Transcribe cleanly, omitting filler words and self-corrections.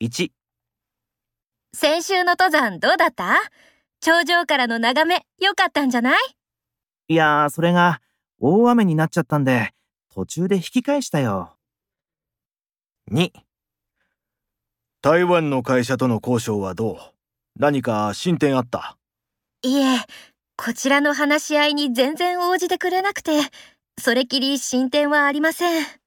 1、 先週の登山どうだった？頂上からの眺め良かったんじゃない？ いやー、それが大雨になっちゃったんで、途中で引き返したよ。2、 台湾の会社との交渉はどう？何か進展あった？ いえ、こちらの話し合いに全然応じてくれなくて、それきり進展はありません。